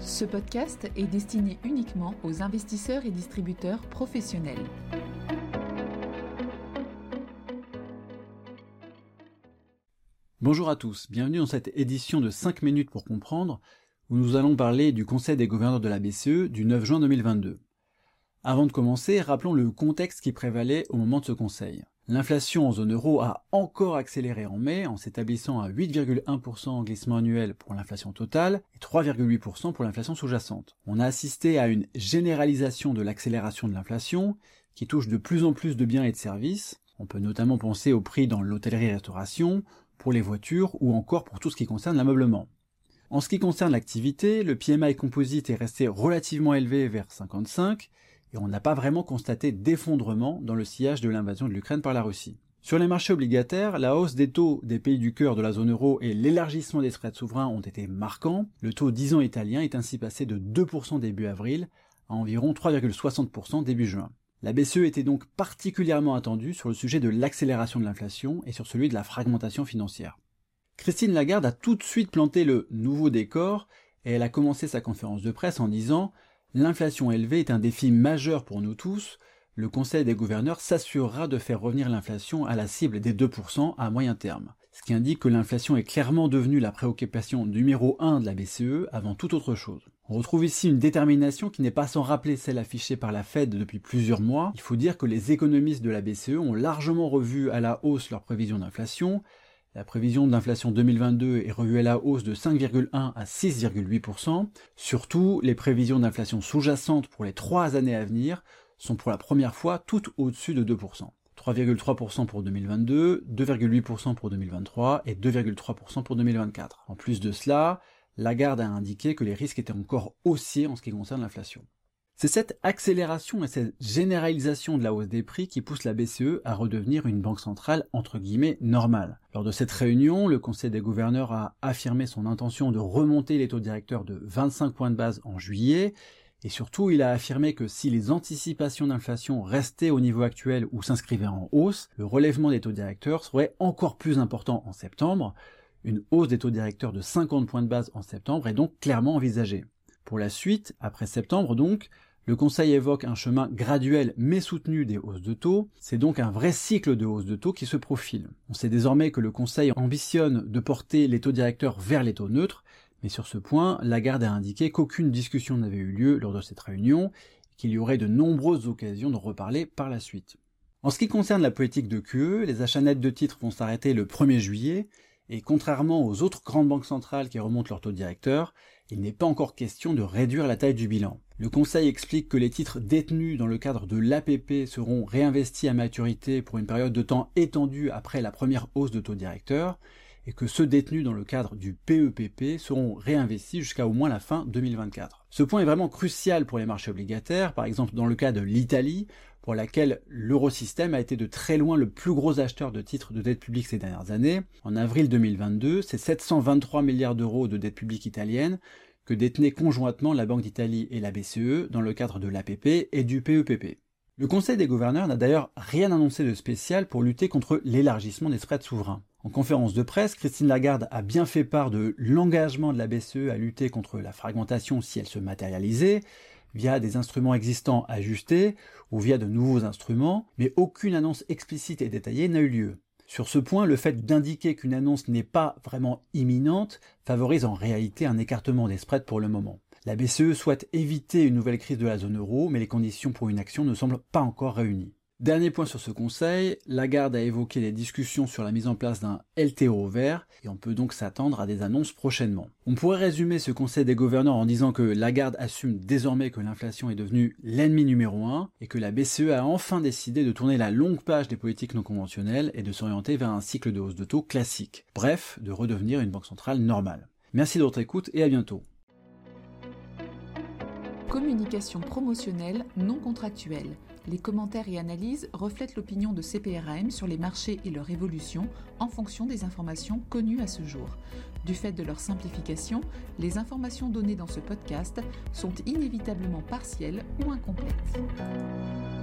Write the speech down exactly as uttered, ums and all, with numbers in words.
Ce podcast est destiné uniquement aux investisseurs et distributeurs professionnels. Bonjour à tous, bienvenue dans cette édition de cinq minutes pour comprendre, où nous allons parler du Conseil des gouverneurs de la B C E du neuf juin deux mille vingt-deux. Avant de commencer, rappelons le contexte qui prévalait au moment de ce conseil. L'inflation en zone euro a encore accéléré en mai en s'établissant à huit virgule un pour cent en glissement annuel pour l'inflation totale et trois virgule huit pour cent pour l'inflation sous-jacente. On a assisté à une généralisation de l'accélération de l'inflation qui touche de plus en plus de biens et de services. On peut notamment penser aux prix dans l'hôtellerie-restauration, pour les voitures ou encore pour tout ce qui concerne l'ameublement. En ce qui concerne l'activité, le P M I composite est resté relativement élevé vers cinquante-cinq et on n'a pas vraiment constaté d'effondrement dans le sillage de l'invasion de l'Ukraine par la Russie. Sur les marchés obligataires, la hausse des taux des pays du cœur de la zone euro et l'élargissement des spreads souverains ont été marquants. Le taux dix ans italien est ainsi passé de deux pour cent début avril à environ trois virgule soixante pour cent début juin. La B C E était donc particulièrement attendue sur le sujet de l'accélération de l'inflation et sur celui de la fragmentation financière. Christine Lagarde a tout de suite planté le nouveau décor et elle a commencé sa conférence de presse en disant « L'inflation élevée est un défi majeur pour nous tous. Le Conseil des gouverneurs s'assurera de faire revenir l'inflation à la cible des deux pour cent à moyen terme. » Ce qui indique que l'inflation est clairement devenue la préoccupation numéro un de la B C E avant toute autre chose. On retrouve ici une détermination qui n'est pas sans rappeler celle affichée par la Fed depuis plusieurs mois. Il faut dire que les économistes de la B C E ont largement revu à la hausse leurs prévisions d'inflation. La prévision d'inflation deux mille vingt-deux est revue à la hausse de cinq virgule un à six virgule huit pour cent. Surtout, les prévisions d'inflation sous-jacente pour les trois années à venir sont pour la première fois toutes au-dessus de deux pour cent. trois virgule trois pour cent pour deux mille vingt-deux, deux virgule huit pour cent pour deux mille vingt-trois et deux virgule trois pour cent pour deux mille vingt-quatre. En plus de cela, Lagarde a indiqué que les risques étaient encore haussiers en ce qui concerne l'inflation. C'est cette accélération et cette généralisation de la hausse des prix qui pousse la B C E à redevenir une banque centrale entre guillemets normale. Lors de cette réunion, le Conseil des gouverneurs a affirmé son intention de remonter les taux directeurs de vingt-cinq points de base en juillet, et surtout il a affirmé que si les anticipations d'inflation restaient au niveau actuel ou s'inscrivaient en hausse, le relèvement des taux directeurs serait encore plus important en septembre. Une hausse des taux directeurs de cinquante points de base en septembre est donc clairement envisagée. Pour la suite, après septembre donc, le Conseil évoque un chemin graduel mais soutenu des hausses de taux. C'est donc un vrai cycle de hausse de taux qui se profile. On sait désormais que le Conseil ambitionne de porter les taux directeurs vers les taux neutres, mais sur ce point, Lagarde a indiqué qu'aucune discussion n'avait eu lieu lors de cette réunion, et qu'il y aurait de nombreuses occasions de reparler par la suite. En ce qui concerne la politique de Q E, les achats nets de titres vont s'arrêter le premier juillet, et contrairement aux autres grandes banques centrales qui remontent leur taux directeur, il n'est pas encore question de réduire la taille du bilan. Le Conseil explique que les titres détenus dans le cadre de l'A P P seront réinvestis à maturité pour une période de temps étendue après la première hausse de taux directeur, et que ceux détenus dans le cadre du P E P P seront réinvestis jusqu'à au moins la fin deux mille vingt-quatre. Ce point est vraiment crucial pour les marchés obligataires, par exemple dans le cas de l'Italie, pour laquelle l'Eurosystème a été de très loin le plus gros acheteur de titres de dette publique ces dernières années. En avril deux mille vingt-deux, c'est sept cent vingt-trois milliards d'euros de dette publique italienne que détenaient conjointement la Banque d'Italie et la B C E dans le cadre de l'A P P et du P E P P. Le Conseil des gouverneurs n'a d'ailleurs rien annoncé de spécial pour lutter contre l'élargissement des spreads souverains. En conférence de presse, Christine Lagarde a bien fait part de l'engagement de la B C E à lutter contre la fragmentation si elle se matérialisait, via des instruments existants ajustés ou via de nouveaux instruments, mais aucune annonce explicite et détaillée n'a eu lieu. Sur ce point, le fait d'indiquer qu'une annonce n'est pas vraiment imminente favorise en réalité un écartement des spreads pour le moment. La B C E souhaite éviter une nouvelle crise de la zone euro, mais les conditions pour une action ne semblent pas encore réunies. Dernier point sur ce conseil, Lagarde a évoqué les discussions sur la mise en place d'un L T R O vert, et on peut donc s'attendre à des annonces prochainement. On pourrait résumer ce conseil des gouverneurs en disant que Lagarde assume désormais que l'inflation est devenue l'ennemi numéro un, et que la B C E a enfin décidé de tourner la longue page des politiques non conventionnelles et de s'orienter vers un cycle de hausse de taux classique. Bref, de redevenir une banque centrale normale. Merci de votre écoute et à bientôt. Communication promotionnelle non contractuelle. Les commentaires et analyses reflètent l'opinion de C P R A M sur les marchés et leur évolution en fonction des informations connues à ce jour. Du fait de leur simplification, les informations données dans ce podcast sont inévitablement partielles ou incomplètes.